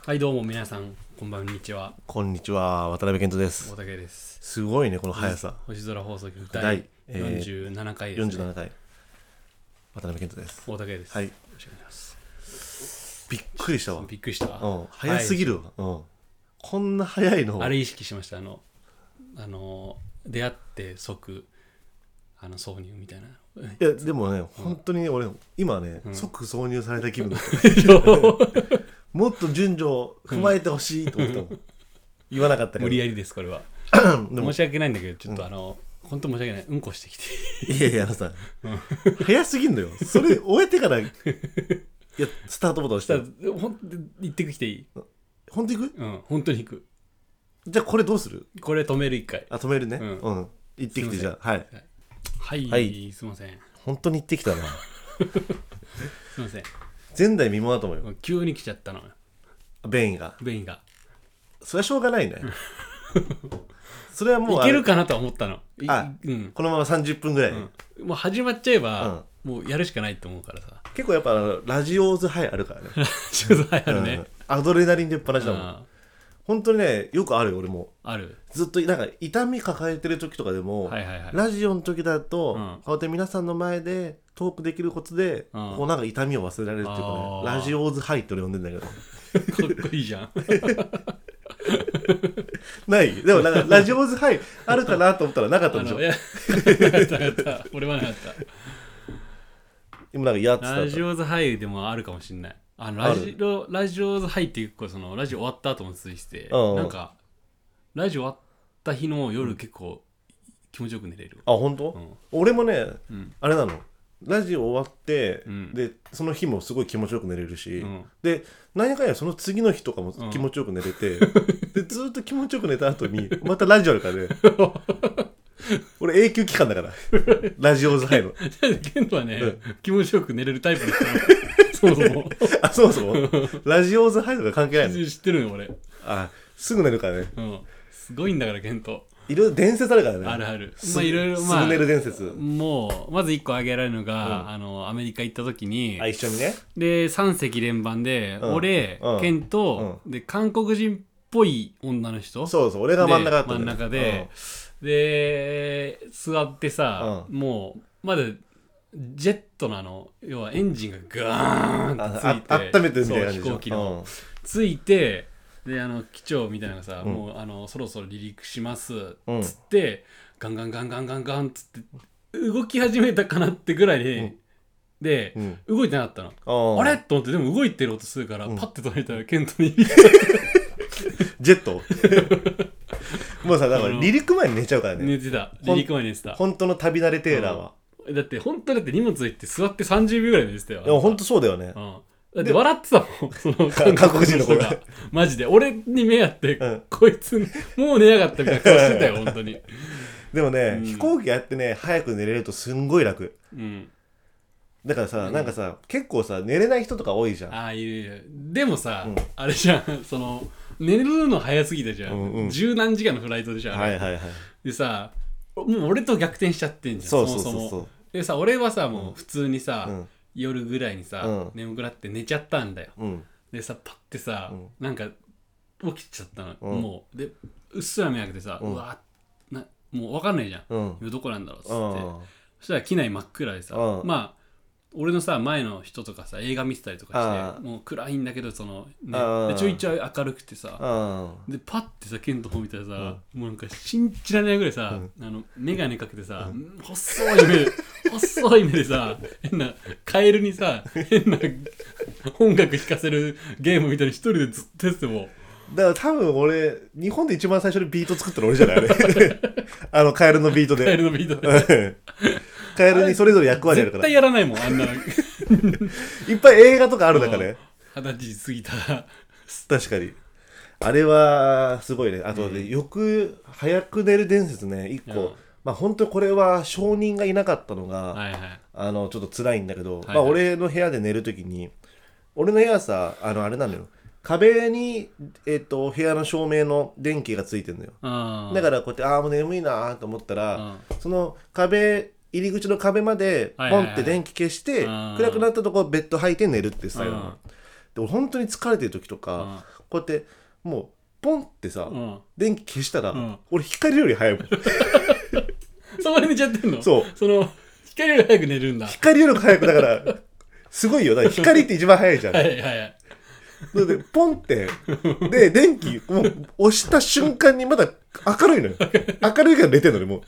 はいどうも皆さんこんばんにちは。 こんにちは、渡辺健人です。 大竹です。 すごいね、この速さ。 星空放送局第第47回です、ね。 47回。渡辺健人です。 大竹です。 はい。 よろしくお願いします。 びっくりしたわ。 びっくりした。 早すぎるわ。こんな早いの。 あれ意識しました。出会って即挿入みたいな。 いや、でもね、本当に俺、今ね、即挿入された気分だった。もっと順序を踏まえてほしいと思ったもん。言わなかったけど。 無理やりです、これは。申し訳ないんだけど、ちょっと本当申し訳ない。うんこしてきて。 いやいや、さ、早すぎんのよ。それ終えてから、スタートボタン押したら。 ほん行ってきていい？ 本当に行く？ うん、本当に行く。 じゃあこれどうする？ これ止める一回。 止めるね。行ってきて、じゃあ。 はい、すいません。 本当に行ってきたな。 すいません。 前代未聞だと思うよ。 急に来ちゃったの。 便意が。それはしょうがないね。それはもういけるかなとは思ったの。 このまま30分ぐらい。 もう始まっちゃえば、もうやるしかないと思うからさ。 結構やっぱラジオーズハイあるからね。 ラジオーズハイあるね。 アドレナリン出っ放しだもん。本当にね、よくあるよ、俺も。 ある。 ずっとなんか痛み抱えてる時とかでも、ラジオの時だと、こうやって皆さんの前でトークできるコツで、こうなんか痛みを忘れられるっていうかね、ラジオーズハイって俺呼んでんだけど。 かっこいいじゃん。 ないでもなんかラジオーズハイあるかなと思ったらなかったでしょ。 いや、なかった。俺はなかった。 今なんかやってた。 ラジオーズハイでもあるかもしれない。ラジオーズハイっていうか、そのラジオ終わった後も続いてて、なんかラジオ終わった日の夜結構気持ちよく寝れる。 あ、本当？俺もね、あれなの。ラジオ終わって、でその日もすごい気持ちよく寝れるし、で何やかんやその次の日とかも気持ちよく寝れて、でずっと気持ちよく寝た後にまたラジオあるからね。俺永久期間だからラジオーズハイの。 ケントはね、気持ちよく寝れるタイプだったの。そもそもそもそもラジオーズハイとか関係ないの？ 知ってるの俺。 すぐ寝るからね。 すごいんだからケント。 いろいろ伝説あるからね。 あるある。まあいろいろ、 すぐ寝る伝説。 もうまず1個挙げられるのが、アメリカ行った時に、 一緒にね。 で3席連番で、俺、ケント、で韓国人っぽい女の人。 そうそう、俺が真ん中だった。 真ん中で、で座ってさ、もうまだジェットの要はエンジンがガーンってついて、 温めてるみたいな感じでしょ。 飛行機のついて、で機長みたいなのがさ、もうそろそろ離陸しますっつって、ガンガンガンガンガンガンっつって動き始めたかなってぐらいで、動いてなかったの。あれと思って、でも動いてる音するから、パッて止めたらケントにジェットもうさ、だから離陸前に寝ちゃうからね。 寝てた。離陸前に寝てた。 本当の旅慣れテーラーは。 だって本当だって荷物行って座って30秒ぐらいで寝てたよ。 でも本当そうだよね。 だって笑ってたもん、その韓国人の子が。 マジで俺に目あって、こいつもう寝やがったみたいな顔してたよ本当に。 でもね、飛行機やってね早く寝れるとすんごい楽。だからさ、なんかさ、結構さ寝れない人とか多いじゃん。 いる。でもさ、あれじゃん、その寝るの早すぎたじゃん。十何時間のフライトでしょ。でさ、もう俺と逆転しちゃってんじゃん。そもそも。でさ、俺はさもう普通にさ、夜ぐらいにさ、眠くなって寝ちゃったんだよ。でさ、パッてさ、なんか起きちゃったの。もうでうっすら目開けてさ、うわもう分かんないじゃん。どこなんだろうっつって。そしたら機内真っ暗でさ、まあ俺のさ前の人とかさ映画見てたりとかして、もう暗いんだけどそのね、ちょいちょい明るくてさ、でパッてさケントの方見たらさ、もうなんか信じられないぐらいさ、眼鏡かけてさ、細い目でさ、変なカエルにさ変な音楽聴かせるゲームみたいに一人でずっとやってても。 だから多分俺日本で一番最初にビート作ったの俺じゃないあれカエルのビートで。 カエルのビートでカエルにそれぞれ役割あるから。 絶対やらないもんあんなの。いっぱい映画とかある中ね。 20歳過ぎたら。 確かにあれはすごいね。あとでよく早く寝る伝説ね1個、まあ本当にこれは証人がいなかったのが、ちょっと辛いんだけど、まあ俺の部屋で寝るときに、俺の部屋さあれなのよ、壁に、部屋の照明の電気がついてるのよ。だからこうやってもう眠いなと思ったら、その入り口の壁までポンって電気消して、暗くなったとこベッド履いて寝るってスタイルなの。 で俺本当に疲れてる時とか、こうやってもうポンってさ、電気消したら、俺光より早いもんそこで寝ちゃってんの？ そう、 その光より早く寝るんだ。 光より早くだからすごいよ。だから光って一番早いじゃん。 はいはいはい。 でポンってで電気もう押した瞬間にまだ明るいのよ。明るいから寝てんのにもう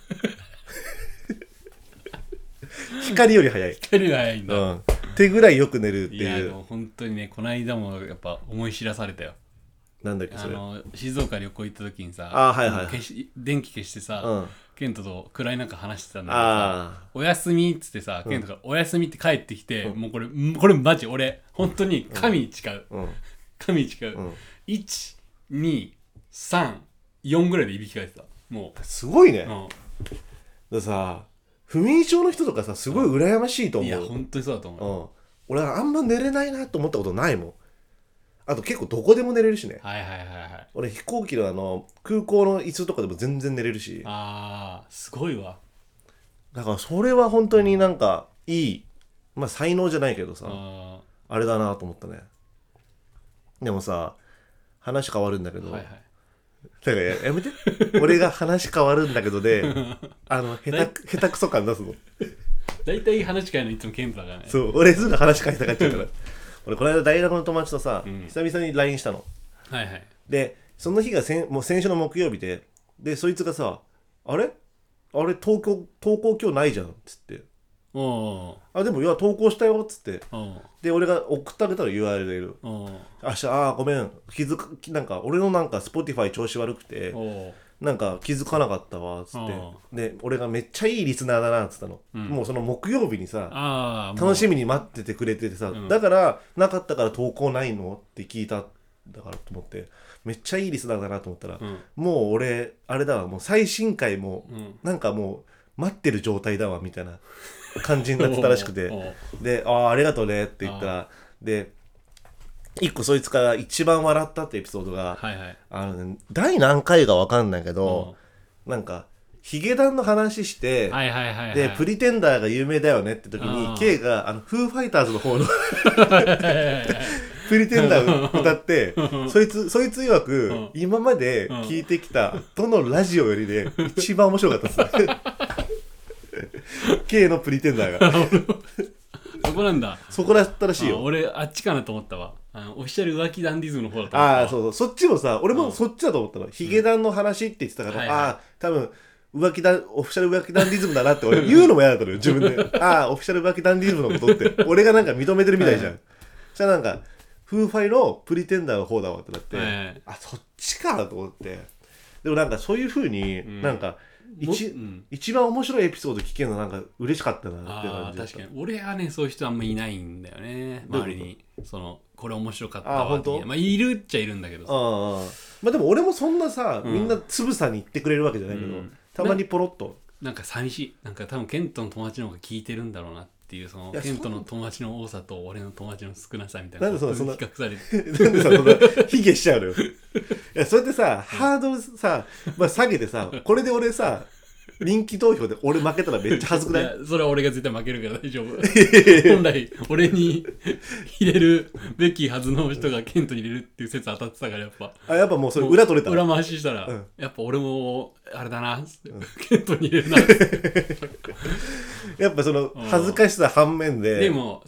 光より早い。 光より早いんだ。 手ぐらいよく寝るっていう。 いやもう本当にね、この間もやっぱ思い知らされたよ。 なんだっけそれ。 静岡旅行行った時にさ、 はいはい、 電気消してさ、ケントと暗い中話してたんだけどさ、おやすみっつってさ、ケントがおやすみって帰ってきて、もうこれマジ俺本当に神に誓う、神に誓う、1、2、3、4ぐらいでいびきかいてた。もうすごいね。ださ、不眠症の人とかさ、すごい羨ましいと思う。 いや本当にそうだと思う。 俺はあんま寝れないなと思ったことないもん。あと結構どこでも寝れるしね。 はいはいはいはい。 俺飛行機の空港の椅子とかでも全然寝れるし。 あーすごいわ。 だからそれは本当になんかいい、まあ才能じゃないけどさ、あれだなと思ったね。でもさ、話変わるんだけど、はいはい、だからやめて俺が話変わるんだけどで下手くそ感出すの。 大体話変えるのいつもケントだからね。 そう、俺すぐ話変えたかっちゃうから俺この間大学の友達とさ、久々に LINE したの。 はいはい。 でその日がもう先週の木曜日でそいつがさ、あれ投稿今日ないじゃんっつって、でもいや投稿したよっつって、で俺が送ってあげたら URL、明日ごめんなんか俺のなんか Spotify 調子悪くてなんか気づかなかったわっつって、で俺がめっちゃいいリスナーだなっつったの、もうその木曜日にさ楽しみに待っててくれててさ、だからなかったから投稿ないのって聞いただからと思って、めっちゃいいリスナーだなと思ったら、もう俺あれだわ、もう最新回もなんかもう待ってる状態だわみたいな感じになってたらしくてでありがとうねって言ったら、で一個そいつから一番笑ったってエピソードが、第何回か分かんないけど、なんかヒゲダンの話して、でプリテンダーが有名だよねって時に K がフーファイターズの方のプリテンダーを歌ってそいつ曰く、今まで聞いてきたどのラジオよりで一番面白かったですK のプリテンダーがそこなんだ。 そこだったらしいよ。 俺あっちかなと思ったわ。オフィシャル浮気ダンディズムの方だと思ったわ。 そうそっちもさ、俺もそっちだと思ったの。ヒゲダンの話って言ってたから、多分オフィシャル浮気ダンディズムだなって俺言うのも嫌だったのよ自分で。オフィシャル浮気ダンディズムのことって俺がなんか認めてるみたいじゃん。そしたらなんかフーファイのプリテンダーの方だわってなって、そっちかと思って。でもなんかそういう風になんか一番面白いエピソード聞けるのなんか嬉しかったなって感じ。 確かに俺はね、そういう人あんまいないんだよね、周りに。これ面白かったわっているっちゃいるんだけどさ。でも俺もそんなさ、みんなつぶさに言ってくれるわけじゃないけど、たまにポロッとなんか寂しい。なんか多分ケントの友達の方が聞いてるんだろうなっていう、ケントの友達の多さと俺の友達の少なさみたいな。 なんでそんな比較されてなんでさそんな卑下しちゃうのよ。いやそれってさ、ハードルさ、下げてさ、これで俺さ人気投票で俺負けたらめっちゃ恥ずくない？いやそれは俺が絶対負けるから大丈夫。本来俺に入れるべきはずの人がケントに入れるっていう説当たってたから、やっぱもうそれ裏取れた。 裏回ししたら、やっぱ俺もあれだなっつって、ケントに入れるなっつってやっぱその恥ずかしさ反面で、 でも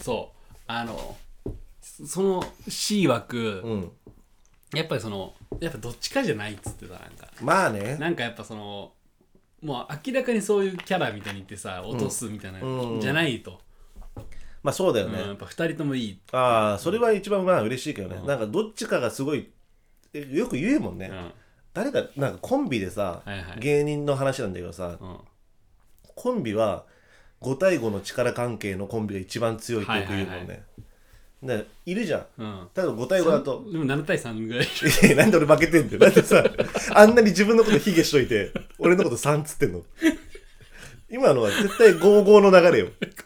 その C 枠、やっぱりやっぱどっちかじゃないっつってた。なんかまあね、 なんかやっぱもう明らかにそういうキャラみたいに言ってさ落とすみたいな、じゃないと。 まあそうだよね、 やっぱ2人ともいい。 それは一番嬉しいけどね、なんかどっちかがすごいよく言うもんね、誰かなんかコンビでさ、芸人の話なんだけどさ、コンビは5対5の力関係のコンビが一番強いってよく言うもんね。いるじゃん、ただ5対5だとでも7対3ぐらいなんで俺負けてんだよ。だってさあんなに自分のこと卑下しといて俺のこと3っつってんの。今のは絶対5-5の流れよ。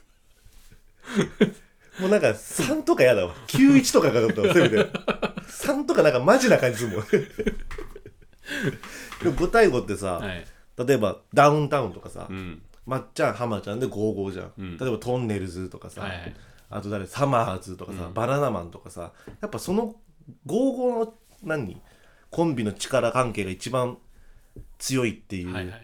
もうなんか3とかやだわ。9-1とかかかったわせめて。3とかなんかマジな感じするもん。でも5対5ってさ、例えばダウンタウンとかさ、まっちゃん浜ちゃんで5-5じゃん、例えばトンネルズとかさ、 あとサマーズとかさ、バナナマンとかさ、やっぱその55のコンビの力関係が一番強いっていう、はいはい、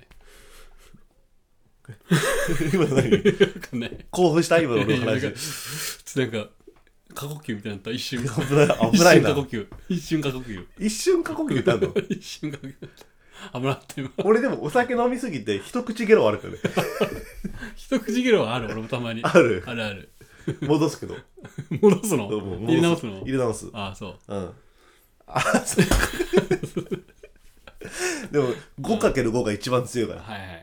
今何興奮した今の話なんか過呼吸みたいになった一瞬危ないな一瞬過呼吸ってあるの一瞬過呼吸危なって今俺でもお酒飲みすぎて一口ゲロあるからね一口ゲロはある俺もたまにある戻すけど戻すの入れ直すの入れ直すああそううんあそうでも 5×5 が一番強いから、 はいはい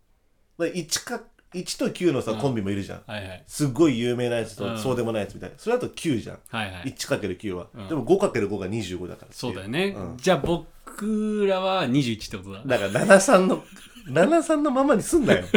1と9のさコンビもいるじゃん、 はいはい、 すっごい有名なやつとそうでもないやつみたいな、それだと9じゃん、 はいはい、 1×9 は、でも 5×5 が25だからそうだよね、じゃあ僕らは21ってことだだから73のままにすんなよ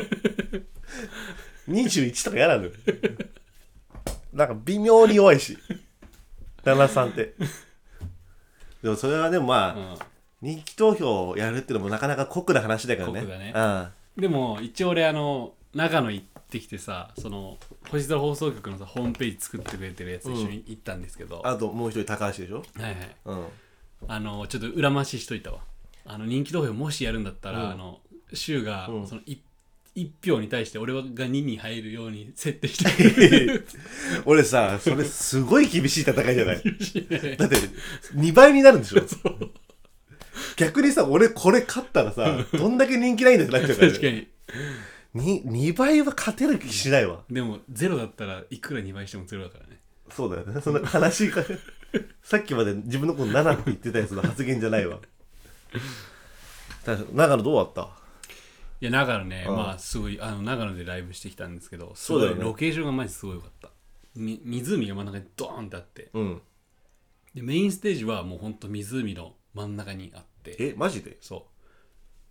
21とかやらぬなんか微妙に弱いし73ってでもそれはでもまあ、人気投票をやるってのもなかなか酷な話だからね。 酷だね。でも一応俺長野行ってきてさ、その星空放送局のさホームページ作ってくれてるやつ一緒に行ったんですけど、 あともう一人高橋でしょ。 はいはい。ちょっと裏回ししといたわ。人気投票もしやるんだったら、州がその1票に対して俺が2に入るように設定して俺さそれすごい厳しい戦いじゃないだって2倍になるんでしょ逆にさ俺これ勝ったらさどんだけ人気ないんだってなっちゃうから、ね、 確かに 2倍は勝てる気しないわ。 でも0だったらいくら2倍しても0だからね。 そうだよね、そんな悲しいからさっきまで自分のこと7って言ってたやつの発言じゃないわ長野どうだった？ いや長野ね、まあすごい長野でライブしてきたんですけど、すごいロケーションがマジすごい良かった。湖が真ん中にドーンってあって、でメインステージはもうほんと湖の真ん中にあって。 マジで？ そう。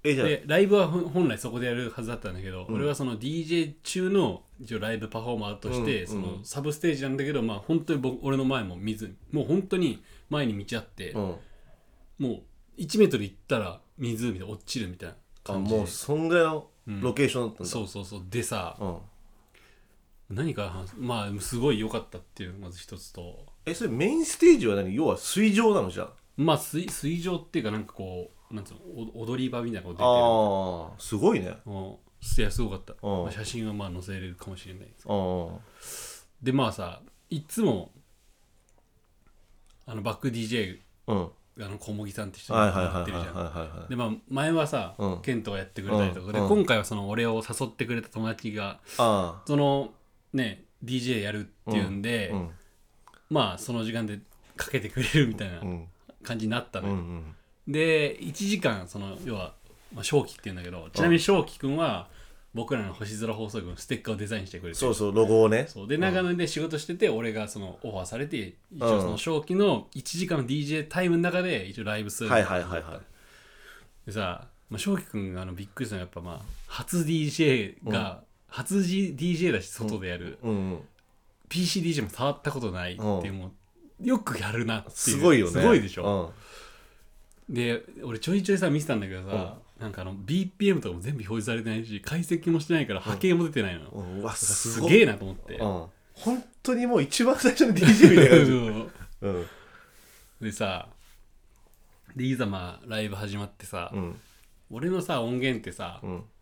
じゃあでライブは本来そこでやるはずだったんだけど、俺はその DJ 中の一応ライブパフォーマーとして、そのサブステージなんだけど、まあ本当に俺の前も湖、もう本当に前に道あって、もう1メートル行ったら湖で落ちるみたいな感じで。 もうそんぐらいのロケーションだったんだ。 そうでさ、何かまあすごい良かったっていうのがまず一つと、 それメインステージは要は水上なのじゃん。 まあ水上っていうかなんかこうなんつうの踊り場みたいなのが出てる。 ああすごいね。 いやすごかった。写真はまあ載せれるかもしれないですでまあさいつもバック DJ、小麦さんって人にやってるじゃん。でまあ前はさ、ケントがやってくれたりとかで、今回はその俺を誘ってくれた友達がそのね DJ やるっていうんで、まあその時間でかけてくれるみたいな感じになったのよ。で1時間その要は、正気っていうんだけど、ちなみに正気くんは僕らの星空放送局のステッカーをデザインしてくれて、 そうロゴをね。 そうで長野で仕事してて、俺がそのオファーされて一応その正気の1時間の DJ タイムの中で一応ライブする。でさ、正気くんがびっくりしたのはやっぱ初 DJ が、初 DJ だし外でやる、PCDJ も触ったことないっていう、もうよくやるなっていう。 すごいよね。 すごいでしょ。で俺ちょいちょいさ見てたんだけどさ、なんかBPM とかも全部表示されてないし、解析もしてないから波形も出てないの。 うわすげえなと思って、 本当にもう一番最初の DJ みたいな感じでさ、でいざライブ始まってさ、俺のさ音源ってさ、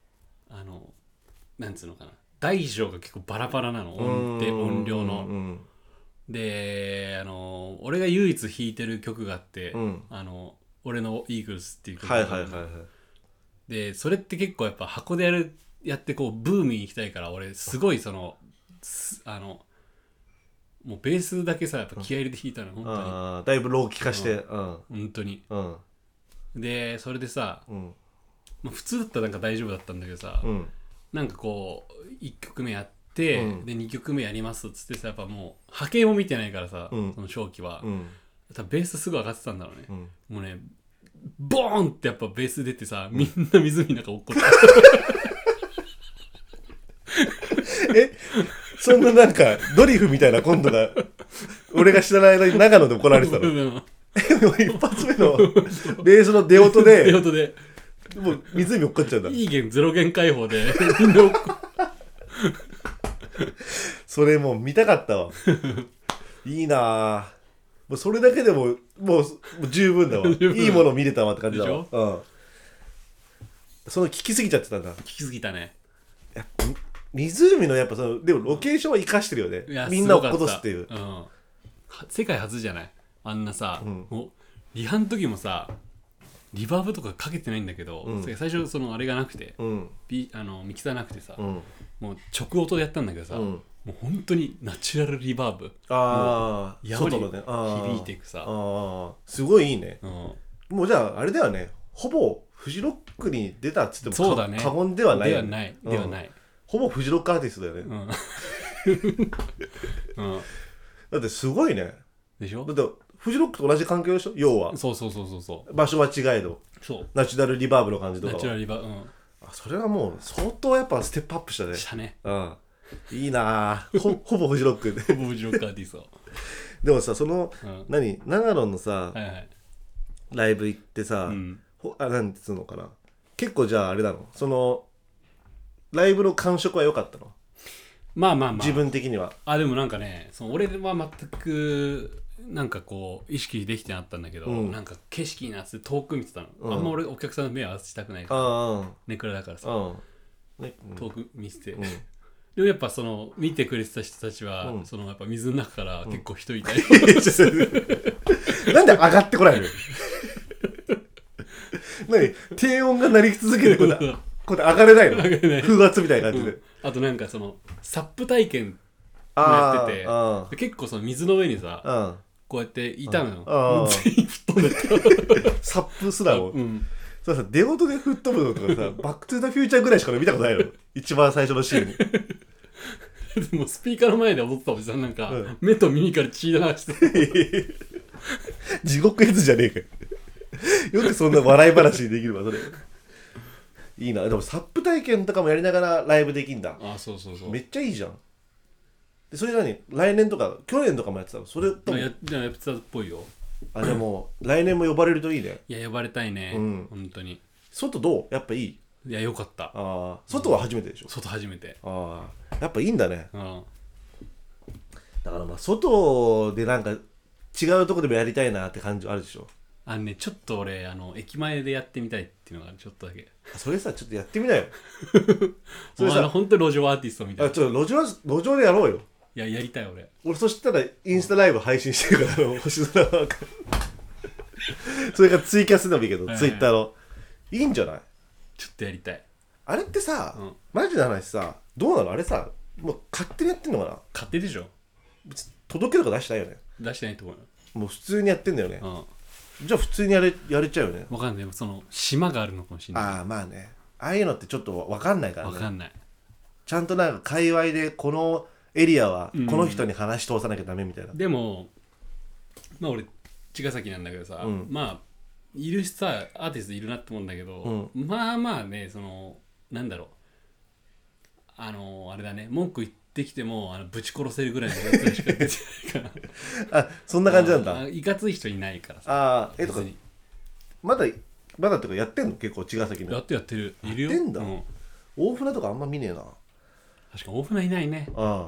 なんつうのかな、大小が結構バラバラなの、音量の、で俺が唯一弾いてる曲があって、俺のイーグルスっていう曲で、それって結構やっぱ箱でやってこうブームに行きたいから、俺すごいもうベースだけさやっぱ気合い入れて弾いたの、本当にだいぶローキ化して、 本当に、でそれでさ、普通だったらなんか大丈夫だったんだけどさ、なんかこう1曲目やって、で2曲目やりますっつってさ、やっぱもう波形も見てないからさ、その正気は、多分ベースすぐ上がってたんだろうね、もうねボーンってやっぱベース出てさ、みんな湖の中落っこったそんななんかドリフみたいな今度が俺が知らない間に長野で怒られてたの一発目のベースの出音でもう湖落っこっちゃうんだ。 いい弦ゼロ弦解放でみんな落っこそれもう見たかったわいいなぁ。もうそれだけでももう十分だわいいもの見れたわって感じだわ。うん。その聞きすぎちゃってたんだ。 聞きすぎたね。 やっぱ湖のやっぱそのでもロケーションは生かしてるよね。みんなを落っことすっていう、 世界初じゃないあんなさ、もうリハの時もさリバーブとかかけてないんだけど、最初そのあれがなくて、ミキサーなくてさ、もう直音でやったんだけどさ、もう本当にナチュラルリバーブ、外のね響いていくさ、 すごいいいね。もうじゃああれだよね、ほぼフジロックに出たっつってもそうだね、 過言ではない、 ではないではない、 ほぼフジロックアーティストだよね。だってすごいね。 でしょ。 だってフジロックと同じ環境でしょ、要は。 そう場所は違えど、そうナチュラルリバーブの感じとかは。 ナチュラルリバーブ、 それはもう相当やっぱステップアップしたね。 したね。 いいなぁほぼフジロックでほぼフジロックアーティストでもさ、その、長野のさ、ライブ行ってさ、なんつうのかな、結構じゃああれなの、そのライブの感触は良かったの？ まあ自分的には。 でもなんかね、その俺は全くなんかこう意識できてなかったんだけど、なんか景色になって遠く見てたの、あんま俺お客さんの目を合わせたくないから、ネクラだからさ、遠く見てて、でもやっぱその見てくれてた人たちは、そのやっぱ水の中から結構人いたり、 なんで上がってこないの何低音が鳴り続けてこうやって上がれないの？風圧みたいな感じで、 あとなんかそのサップ体験もやってて、結構その水の上にさ、こうやっていたのよ、全員吹っ飛んでたサップすらも、そうさ、出音で吹っ飛ぶのとかさバックトゥーザフューチャーぐらいしか見たことないの一番最初のシーンにでもスピーカーの前で踊ってたおじさんなんか、目と耳から血流して地獄絵図じゃねえかよくそんな笑い話にできるわそれ。いいな。でもサップ体験とかもやりながらライブできんだ。 そうめっちゃいいじゃん。でそれ何来年とか去年とかもやってたの？それともやってたっぽいよ。 でも来年も呼ばれるといいね。 いや呼ばれたいね、本当に。 外どう？やっぱいい？ いやよかった。 外は初めてでしょ？ 外初めて。 やっぱいいんだね。だからまあ外でなんか違うとこでもやりたいなって感じあるでしょ？ ちょっと俺駅前でやってみたいっていうのがちょっとだけ。 それさちょっとやってみなよそれさ本当に路上アーティストみたいな。 ちょっと路上でやろうよ。 いややりたい俺そしたらインスタライブ配信してるから星空はそれからツイキャスでもいいけど、ツイッターのいいんじゃない？ ちょっとやりたい。 あれってさ、マジな話さ、どうなのあれさ、もう勝手にやってんのかな？ 勝手でしょ。 届けとか出してないよね。 出してないと思うよ。 もう普通にやってんだよね。じゃあ普通にやれちゃうよね。 わかんない。その島があるのかもしれない。 まあね。ああいうのってちょっとわかんないからね。 わかんない。 ちゃんとなんか界隈でこのエリアはこの人に話し通さなきゃダメみたいな。 でもまあ俺茅ヶ崎なんだけどさ、まあいるさアーティストいるなって思うんだけど、まあまあね、そのなんだろう、あれだね、文句言ってきてもぶち殺せるぐらいのやつしか出てないからそんな感じなんだ。 いかつい人いないからさ。 とかまだってかやってんの？結構茅ヶ崎のやってる、いるよ。 やってんだ。大船とかあんま見ねえな。 確か大船いないね。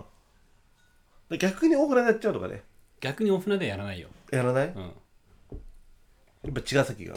逆に大船でやっちゃうとかね。 逆に大船でやらないよ。 やらない？やっぱ茅ヶ崎が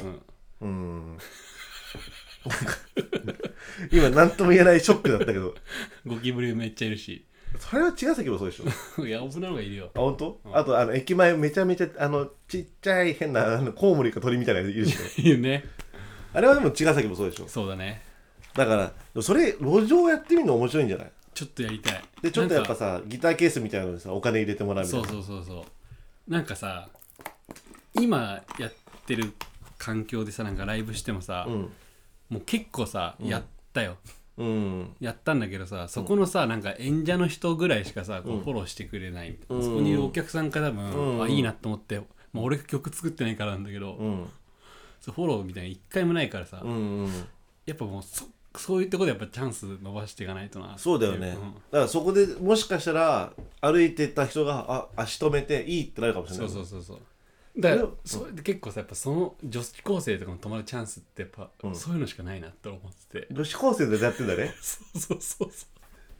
今何とも言えないショックだったけどゴキブリめっちゃいるし。 それは茅ヶ崎もそうでしょいや大船の方がいるよ。 本当？あと駅前めちゃめちゃちっちゃい変なコウモリか鳥みたいなやついるしねいるね。 あれはでも茅ヶ崎もそうでしょ。 そうだね。 だからそれ路上やってみるの面白いんじゃない？ ちょっとやりたい。 でちょっとやっぱさギターケースみたいなのにさお金入れてもらうみたいな。 そうなんかさ今やってる環境でさ、なんかライブしてもさ、もう結構さ、やったよ、やったんだけどさ、そこのさなんか演者の人ぐらいしかさこうフォローしてくれないみたいな、そこにいるお客さんが多分、いいなと思って、まあ、俺が曲作ってないからなんだけど、そうフォローみたいな一回もないからさ、やっぱもうそういうところでやっぱチャンス伸ばしていかないとな。 そうだよね、だからそこでもしかしたら歩いてた人が足止めていいってなるかもしれない。 そうだからそれで結構さ、やっぱその女子高生とかも泊まるチャンスってやっぱ、そういうのしかないなって思ってて。 女子高生でやってんだねそう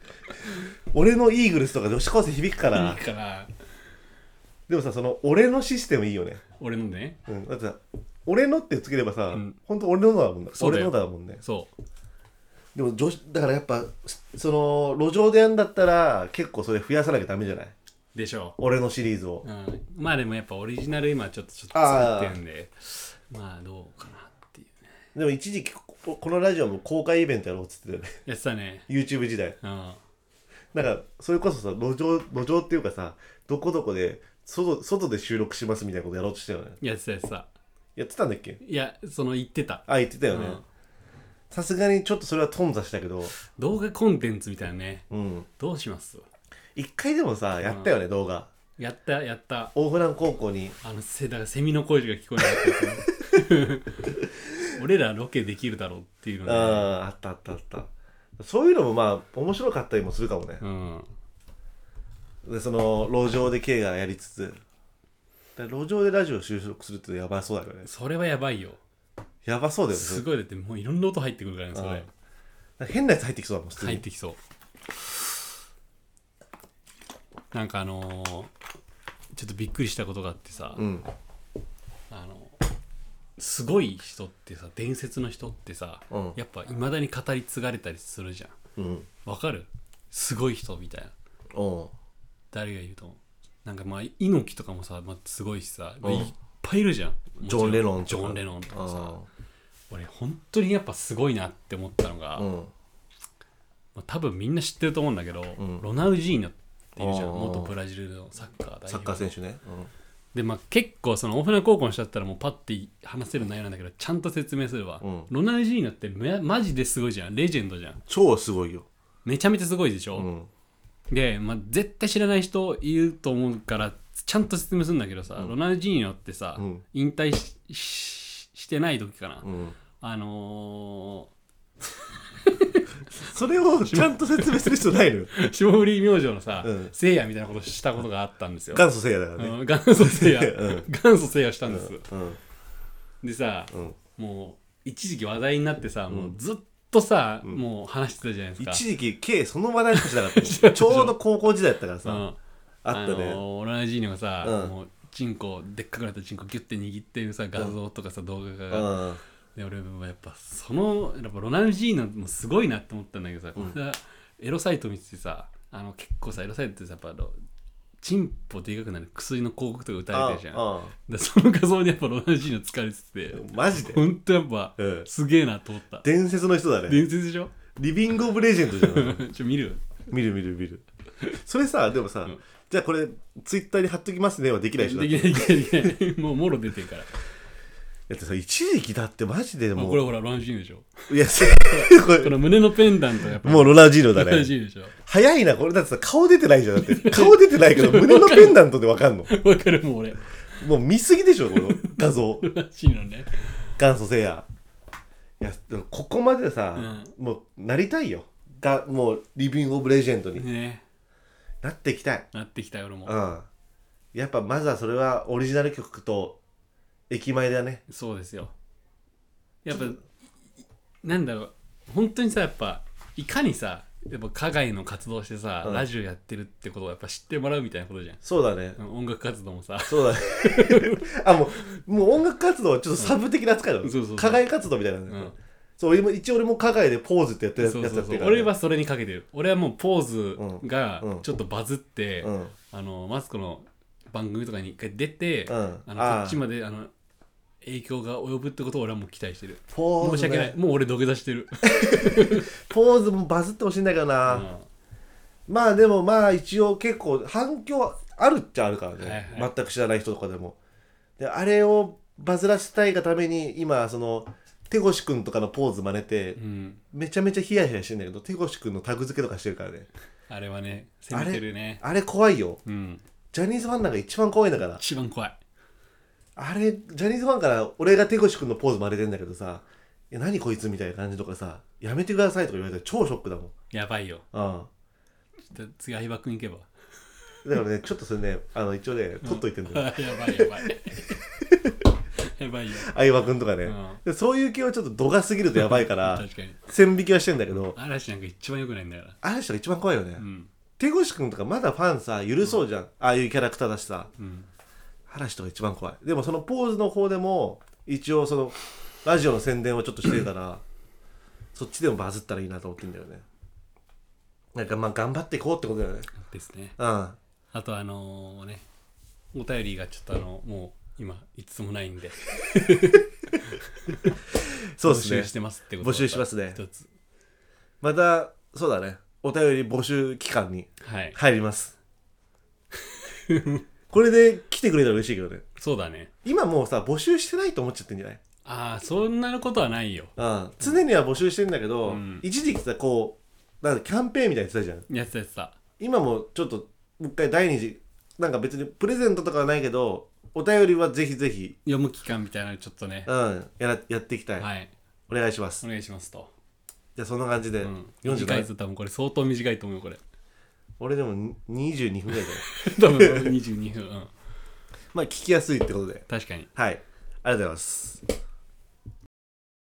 俺のイーグルスとか女子高生響くから。 いいかな。 でもさ、その俺のシステムいいよね。 俺のね。 だってさ、俺のってつければさ、本当俺のだもんね。俺のだもんね。 そう。 でもだからやっぱその路上でやるんだったら結構それ増やさなきゃダメじゃないでしょう。俺のシリーズを。 まあでもやっぱオリジナル今ちょっと作ってるんで、まあどうかなっていうね。 でも一時期このラジオも公開イベントやろうっつってたよね。 やってたね。 YouTube 時代。なんかそれこそさ路上っていうかさ、どこどこで外で収録しますみたいなことやろうとしたよね。 やってた。 やってたんだっけ？ いや、言ってた。 言ってたよね。さすがにちょっとそれは頓挫したけど。 動画コンテンツみたいなね。どうします？ 一回でもさ、やったよね、動画。 やった。 大船高校に。 だからセミの声が聞こえなかった。俺らロケできるだろうっていうのね。 あった。そういうのもまあ、面白かったりもするかもね。で、その、路上で K がやりつつ。路上でラジオ収録するってやばそうだよね。 それはやばいよ。 やばそうだよね。 すごい。だってもういろんな音入ってくるからね、それ。変なやつ入ってきそうだもん。 入ってきそう。なんかちょっとびっくりしたことがあってさ、すごい人ってさ、伝説の人ってさ、やっぱいまだに語り継がれたりするじゃん。わかる？すごい人みたいな。誰が言うと思う？なんかまあ猪木とかもさ、すごいしさ、いっぱいいるじゃん。 ジョン・レノンとかさ、俺本当にやっぱすごいなって思ったのが、多分みんな知ってると思うんだけど、ロナウジーニョっているじゃん。元ブラジルのサッカー代表。 サッカー選手ね。 で結構その大船高校の人だったらもうパッて話せる内容なんだけど、ちゃんと説明すれば、ロナウジーニョってマジですごいじゃん。レジェンドじゃん。 超すごいよ。 めちゃめちゃすごいでしょ。で、絶対知らない人いると思うからちゃんと説明するんだけどさ、ロナウジーニョってさ、引退してない時かな、 それをちゃんと説明する人ないのよ。 霜降り明星のさ、せいやみたいなことしたことがあったんですよ。 元祖せいやだからね。 元祖せいや元祖せいやしたんです。でさ、もう一時期話題になってさ、もうずっとさ、もう話してたじゃないですか。 一時期 K その話題しかしなかったちょうど高校時代だったからさ、あったね。 ロナウジーニョがさ、もうチンコでっかくなったチンコギュッて握ってるさ画像とかさ、動画が、で俺もやっぱやっぱロナウジーニョもすごいなって思ったんだけどさ、これはエロサイト見ててさ、結構さエロサイトってさ、やっぱチンポでかくなる薬の広告とか打たれてるじゃん。でその画像にやっぱロナウジーニョ使われてて、 マジでほんとやっぱ、すげえなと思った。 伝説の人だね。 伝説でしょ。 リビングオブレジェンドじゃん。 見る見る。それさ、でもさ、じゃあこれツイッターに貼っときますねはできないでしょ。 できないもうもろ出てるから。 だってさ、一時期だってマジでもうこれほらロナウジーニョでしょ。 いやこの胸のペンダントやっぱもうロナウジーニョだね。 ロナウジーニョでしょ。 早いなこれ。だってさ、顔出てないじゃん。だって顔出てないけど胸のペンダントでわかんの。 わかる。もう俺もう見すぎでしょ、この画像。 ロナウジーニョね。 元祖せいや。いやでもここまでさ、もうなりたいよ。もうリビングオブレジェンドに、なっていきたい。 俺も。 やっぱまずはそれはオリジナル曲と駅前だね。 そうですよ。やっぱなんだろう、本当にさ、やっぱいかにさ、やっぱ課外の活動してさ、ラジオやってるってことをやっぱ知ってもらうみたいなことじゃん。 そうだね。 音楽活動もさ。 そうだね。もう音楽活動はちょっとサブ的な扱いだろ。課外活動みたいな、そう、一応俺も課外でポーズってやってるやつやってるから、ね。 俺はそれにかけてる。俺はもうポーズがちょっとバズって、マツコの番組とかに一回出て、こっちまで影響が及ぶってことを俺はもう期待してる。申し訳ない。もう俺土下座してる。 ポーズもバズってほしいんだけどな。まあでもまあ一応結構反響あるっちゃあるからね。全く知らない人とかでも。であれをバズらせたいがために今その手越くんとかのポーズ真似て、めちゃめちゃヒヤヒヤしてんだけど、手越くんのタグ付けとかしてるからね。 あれはね、攻めてるね。 あれ怖いよ。ジャニーズファンなんか一番怖いんだから。 一番怖い。 あれジャニーズファンから俺が手越くんのポーズ真似てんだけどさ、いや何こいつみたいな感じとかさ、やめてくださいとか言われたら超ショックだもん。 やばいよ。ちょっと次相葉くん行けば。 だからね、ちょっとそれね、一応ね、取っといてんだよ。 やばい。 やばいよ相葉くんとかね、でそういう系はちょっと度が過ぎるとやばいから確かに線引きはしてんだけど、 嵐なんか一番良くないんだから。 嵐が一番怖いよね、手越くんとかまだファンさ許そうじゃん、ああいうキャラクターだしさ、嵐とか一番怖い。でもそのポーズの方でも一応そのラジオの宣伝をちょっとしてるからそっちでもバズったらいいなと思ってんだよね。なんかまあ頑張っていこうってことだよね。 ですね。 あとね、お便りがちょっともう今いつもないんでそうですね、 募集してますってこと。 募集しますね。 一つまたそうだね、お便り募集期間に入ります、これで来てくれたら嬉しいけどね。 そうだね。 今もうさ募集してないと思っちゃってんじゃない？ そんなことはないよ。 常には募集してんだけど、一時期さこうなんかキャンペーンみたいにやってたじゃん。 やってた。今もちょっともう一回第二次なんか別にプレゼントとかはないけどお便りはぜひぜひ読む期間みたいなのちょっとね、 やっていきたい、お願いします。 お願いしますと。 じゃあそんな感じで、 短いぞ多分これ相当短いと思うよこれ。 俺でも22分ぐらいだよ多分22分、 まあ聞きやすいってことで。 確かに。 はい、ありがとうございます。